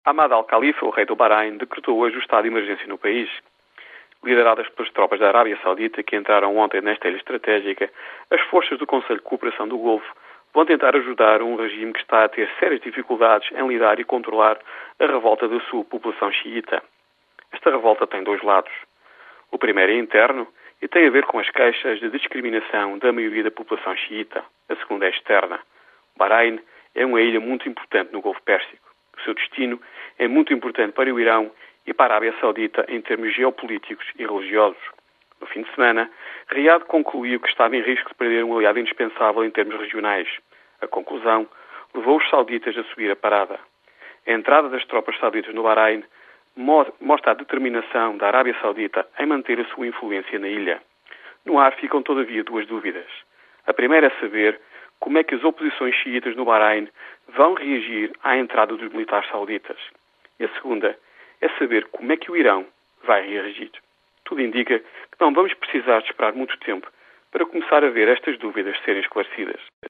Ahmad al-Khalifa, o rei do Bahrein, decretou hoje o estado de emergência no país. Lideradas pelas tropas da Arábia Saudita, que entraram ontem nesta ilha estratégica, as forças do Conselho de Cooperação do Golfo vão tentar ajudar um regime que está a ter sérias dificuldades em lidar e controlar a revolta da sua população xiita. Esta revolta tem dois lados. O primeiro é interno e tem a ver com as queixas de discriminação da maioria da população xiita. A segunda é externa. O Bahrein é uma ilha muito importante no Golfo Pérsico. O seu destino é muito importante para o Irão e para a Arábia Saudita em termos geopolíticos e religiosos. No fim de semana, Riad concluiu que estava em risco de perder um aliado indispensável em termos regionais. A conclusão levou os sauditas a subir a parada. A entrada das tropas sauditas no Bahrein mostra a determinação da Arábia Saudita em manter a sua influência na ilha. No ar ficam, todavia, duas dúvidas. A primeira é saber como é que as oposições xiitas no Bahrein vão reagir à entrada dos militares sauditas. E a segunda é saber como é que o Irão vai reagir. Tudo indica que não vamos precisar de esperar muito tempo para começar a ver estas dúvidas serem esclarecidas.